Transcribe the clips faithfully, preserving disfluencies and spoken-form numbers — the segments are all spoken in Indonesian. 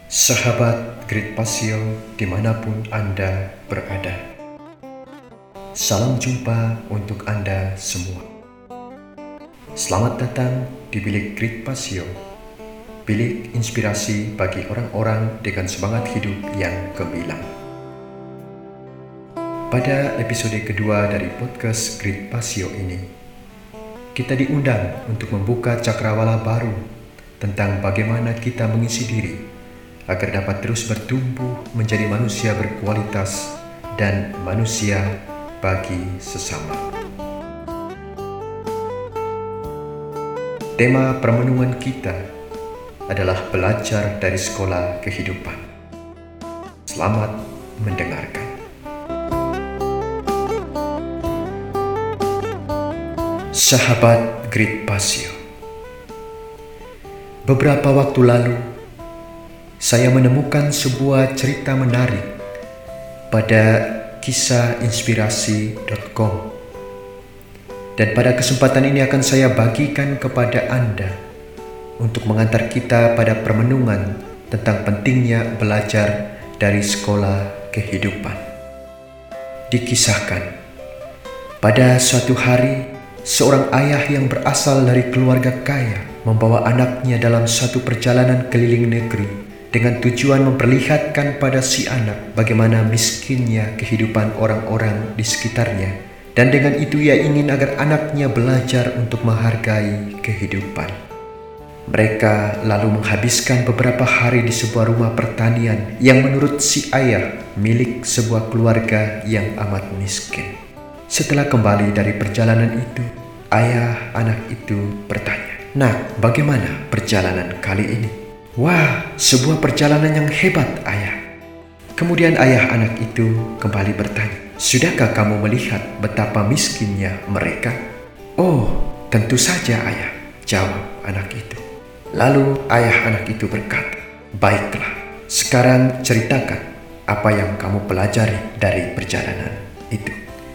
Sahabat Great Pasio dimanapun Anda berada, salam jumpa untuk Anda semua. Selamat datang di Bilik Great Pasio, bilik inspirasi bagi orang-orang dengan semangat hidup yang gemilang. Pada episode kedua dari podcast Great Pasio ini, kita diundang untuk membuka cakrawala baru tentang bagaimana kita mengisi diri agar dapat terus bertumbuh menjadi manusia berkualitas dan manusia bagi sesama. Tema permenungan kita adalah belajar dari sekolah kehidupan. Selamat mendengarkan. Sahabat Great Pasio, beberapa waktu lalu saya menemukan sebuah cerita menarik pada kisah inspirasi dot com, dan pada kesempatan ini akan saya bagikan kepada Anda untuk mengantar kita pada permenungan tentang pentingnya belajar dari sekolah kehidupan. Dikisahkan, pada suatu hari seorang ayah yang berasal dari keluarga kaya membawa anaknya dalam satu perjalanan keliling negeri dengan tujuan memperlihatkan pada si anak bagaimana miskinnya kehidupan orang-orang di sekitarnya, dan dengan itu ia ingin agar anaknya belajar untuk menghargai kehidupan. Mereka lalu menghabiskan beberapa hari di sebuah rumah pertanian yang menurut si ayah milik sebuah keluarga yang amat miskin. Setelah kembali dari perjalanan itu, ayah anak itu bertanya, "Nak, bagaimana perjalanan kali ini?" "Wah, sebuah perjalanan yang hebat, ayah." Kemudian ayah anak itu kembali bertanya, "Sudahkah kamu melihat betapa miskinnya mereka?" "Oh, tentu saja, ayah," jawab anak itu. Lalu ayah anak itu berkata, "Baiklah, sekarang ceritakan apa yang kamu pelajari dari perjalanan itu."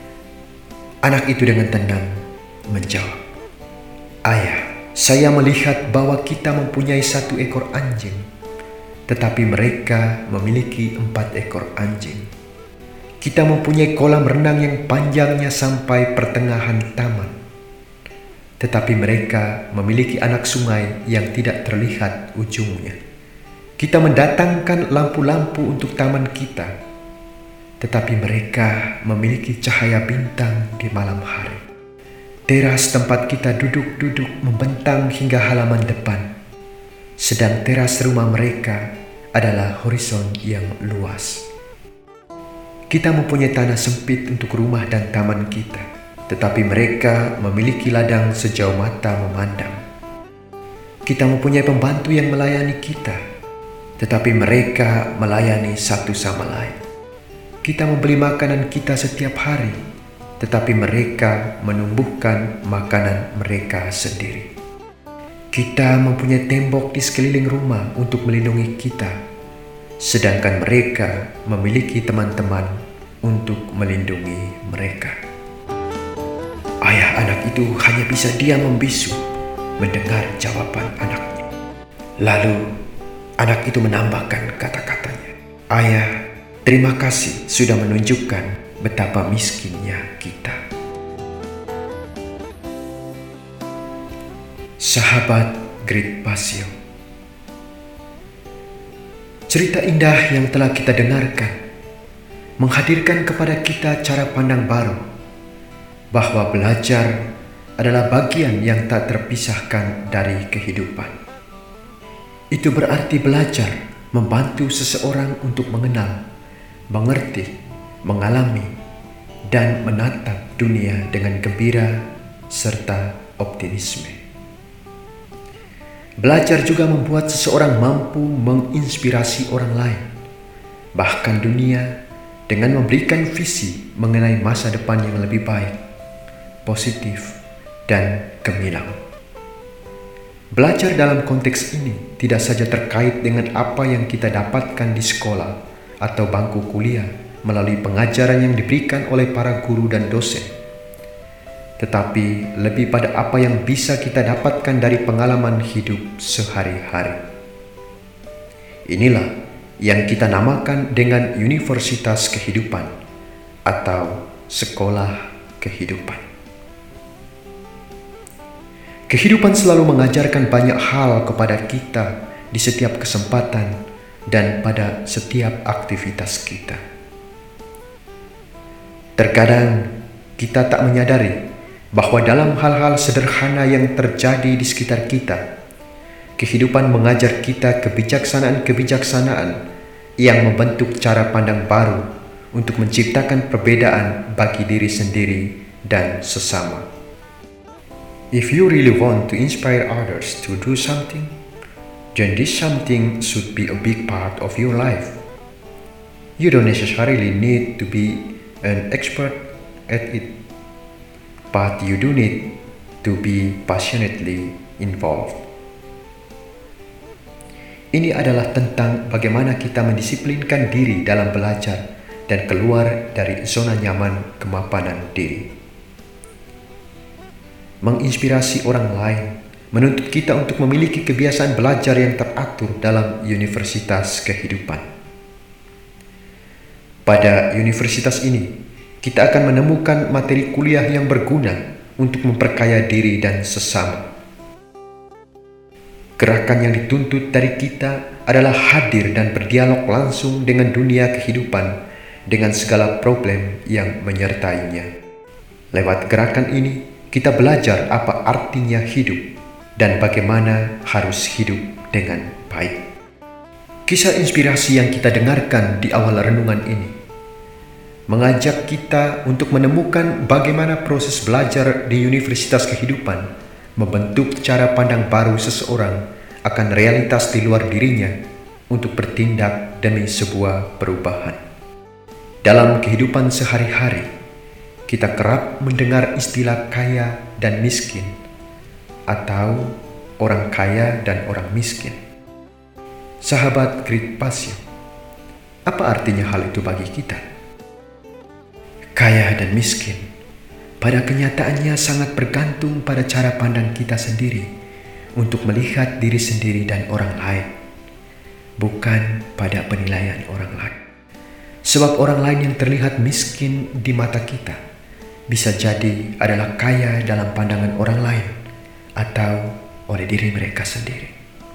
Anak itu dengan tenang menjawab, "Ayah, saya melihat bahwa kita mempunyai satu ekor anjing, tetapi mereka memiliki empat ekor anjing. Kita mempunyai kolam renang yang panjangnya sampai pertengahan taman, tetapi mereka memiliki anak sungai yang tidak terlihat ujungnya. Kita mendatangkan lampu-lampu untuk taman kita, tetapi mereka memiliki cahaya bintang di malam hari. Teras tempat kita duduk-duduk membentang hingga halaman depan, sedang teras rumah mereka adalah horizon yang luas. Kita mempunyai tanah sempit untuk rumah dan taman kita, tetapi mereka memiliki ladang sejauh mata memandang. Kita mempunyai pembantu yang melayani kita, tetapi mereka melayani satu sama lain. Kita membeli makanan kita setiap hari, tetapi mereka menumbuhkan makanan mereka sendiri. Kita mempunyai tembok di sekeliling rumah untuk melindungi kita, sedangkan mereka memiliki teman-teman untuk melindungi mereka." Ayah anak itu hanya bisa diam membisu mendengar jawaban anaknya. Lalu anak itu menambahkan kata-katanya, "Ayah, terima kasih sudah menunjukkan betapa miskinnya kita." Sahabat Great Pasio, cerita indah yang telah kita dengarkan menghadirkan kepada kita cara pandang baru bahwa belajar adalah bagian yang tak terpisahkan dari kehidupan. Itu berarti belajar membantu seseorang untuk mengenal, mengerti, mengalami, dan menatap dunia dengan gembira serta optimisme. Belajar juga membuat seseorang mampu menginspirasi orang lain, bahkan dunia, dengan memberikan visi mengenai masa depan yang lebih baik, positif, dan gemilang. Belajar dalam konteks ini tidak saja terkait dengan apa yang kita dapatkan di sekolah atau bangku kuliah melalui pengajaran yang diberikan oleh para guru dan dosen, tetapi lebih pada apa yang bisa kita dapatkan dari pengalaman hidup sehari-hari. Inilah yang kita namakan dengan Universitas Kehidupan atau Sekolah Kehidupan. Kehidupan selalu mengajarkan banyak hal kepada kita di setiap kesempatan dan pada setiap aktivitas kita. Terkadang kita tak menyadari bahwa dalam hal-hal sederhana yang terjadi di sekitar kita, kehidupan mengajar kita kebijaksanaan-kebijaksanaan yang membentuk cara pandang baru untuk menciptakan perbedaan bagi diri sendiri dan sesama. If you really want to inspire others to do something, then this something should be a big part of your life. You don't necessarily need to be an expert at it, but you do need to be passionately involved. Ini adalah tentang bagaimana kita mendisiplinkan diri dalam belajar dan keluar dari zona nyaman kemapanan diri. Menginspirasi orang lain menuntut kita untuk memiliki kebiasaan belajar yang teratur dalam Universitas Kehidupan. Pada universitas ini, kita akan menemukan materi kuliah yang berguna untuk memperkaya diri dan sesama. Gerakan yang dituntut dari kita adalah hadir dan berdialog langsung dengan dunia kehidupan dengan segala problem yang menyertainya. Lewat gerakan ini, kita belajar apa artinya hidup dan bagaimana harus hidup dengan baik. Kisah inspirasi yang kita dengarkan di awal renungan ini mengajak kita untuk menemukan bagaimana proses belajar di Universitas Kehidupan membentuk cara pandang baru seseorang akan realitas di luar dirinya untuk bertindak demi sebuah perubahan. Dalam kehidupan sehari-hari, kita kerap mendengar istilah kaya dan miskin, atau orang kaya dan orang miskin. Sahabat Grit Pasio, apa artinya hal itu bagi kita? Kaya dan miskin pada kenyataannya sangat bergantung pada cara pandang kita sendiri untuk melihat diri sendiri dan orang lain, bukan pada penilaian orang lain. Sebab orang lain yang terlihat miskin di mata kita bisa jadi adalah kaya dalam pandangan orang lain atau oleh diri mereka sendiri.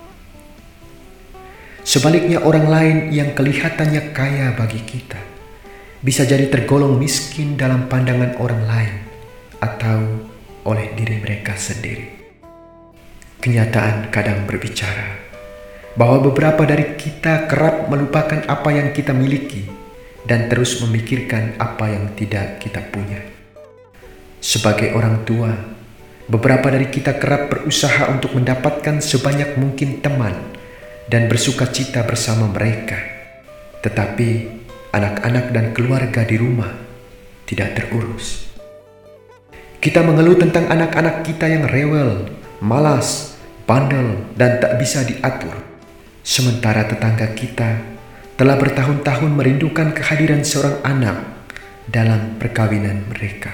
Sebaliknya, orang lain yang kelihatannya kaya bagi kita bisa jadi tergolong miskin dalam pandangan orang lain atau oleh diri mereka sendiri. Kenyataan kadang berbicara bahwa beberapa dari kita kerap melupakan apa yang kita miliki dan terus memikirkan apa yang tidak kita punya. Sebagai orang tua, beberapa dari kita kerap berusaha untuk mendapatkan sebanyak mungkin teman dan bersuka cita bersama mereka. Tetapi anak-anak dan keluarga di rumah tidak terurus. Kita mengeluh tentang anak-anak kita yang rewel, malas, bandel, dan tak bisa diatur. Sementara tetangga kita telah bertahun-tahun merindukan kehadiran seorang anak dalam perkawinan mereka.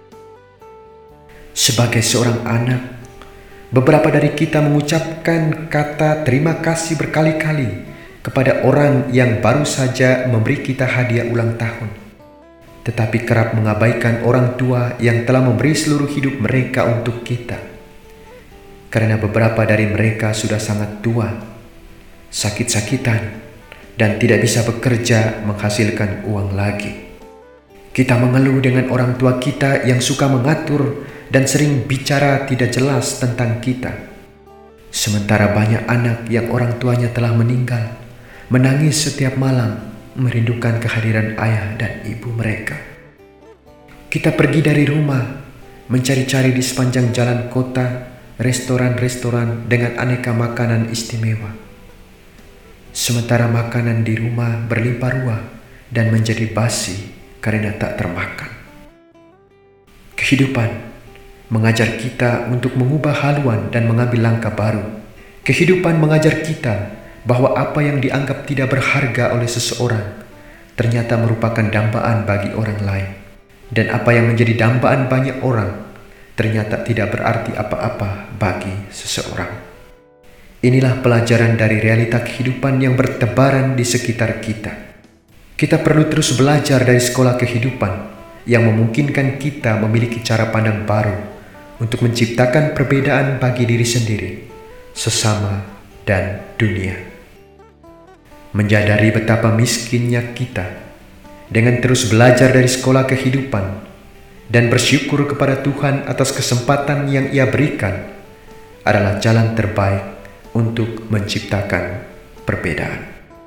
Sebagai seorang anak, beberapa dari kita mengucapkan kata terima kasih berkali-kali kepada orang yang baru saja memberi kita hadiah ulang tahun, tetapi kerap mengabaikan orang tua yang telah memberi seluruh hidup mereka untuk kita. Karena beberapa dari mereka sudah sangat tua, sakit-sakitan, dan tidak bisa bekerja menghasilkan uang lagi. Kita mengeluh dengan orang tua kita yang suka mengatur dan sering bicara tidak jelas tentang kita. Sementara banyak anak yang orang tuanya telah meninggal, menangis setiap malam merindukan kehadiran ayah dan ibu mereka. Kita pergi dari rumah, mencari-cari di sepanjang jalan kota, restoran-restoran dengan aneka makanan istimewa. Sementara makanan di rumah berlimpah ruah dan menjadi basi karena tak termakan. Kehidupan mengajar kita untuk mengubah haluan dan mengambil langkah baru. Kehidupan mengajar kita bahwa apa yang dianggap tidak berharga oleh seseorang ternyata merupakan dambaan bagi orang lain. Dan apa yang menjadi dambaan banyak orang ternyata tidak berarti apa-apa bagi seseorang. Inilah pelajaran dari realita kehidupan yang bertebaran di sekitar kita. Kita perlu terus belajar dari sekolah kehidupan yang memungkinkan kita memiliki cara pandang baru untuk menciptakan perbedaan bagi diri sendiri, sesama, dan dunia. Menyadari betapa miskinnya kita dengan terus belajar dari sekolah kehidupan dan bersyukur kepada Tuhan atas kesempatan yang Ia berikan adalah jalan terbaik untuk menciptakan perbedaan.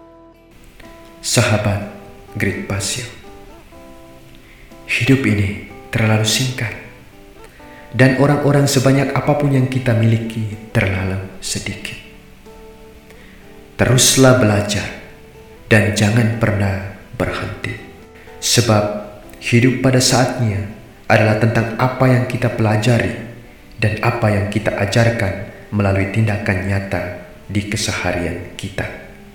Sahabat Great Pasio, hidup ini terlalu singkat dan orang-orang sebanyak apapun yang kita miliki terlalu sedikit. Teruslah belajar dan jangan pernah berhenti, sebab hidup pada saatnya adalah tentang apa yang kita pelajari dan apa yang kita ajarkan melalui tindakan nyata di keseharian kita.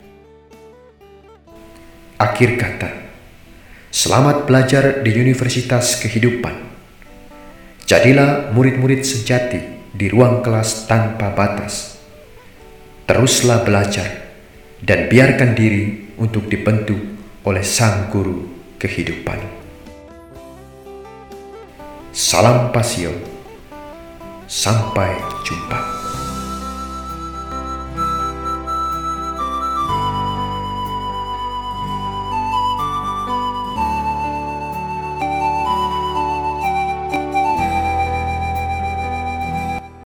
Akhir kata, selamat belajar di Universitas Kehidupan. Jadilah murid-murid sejati di ruang kelas tanpa batas. Teruslah belajar dan biarkan diri untuk dibentuk oleh Sang Guru Kehidupan. Salam Pasio. Sampai jumpa.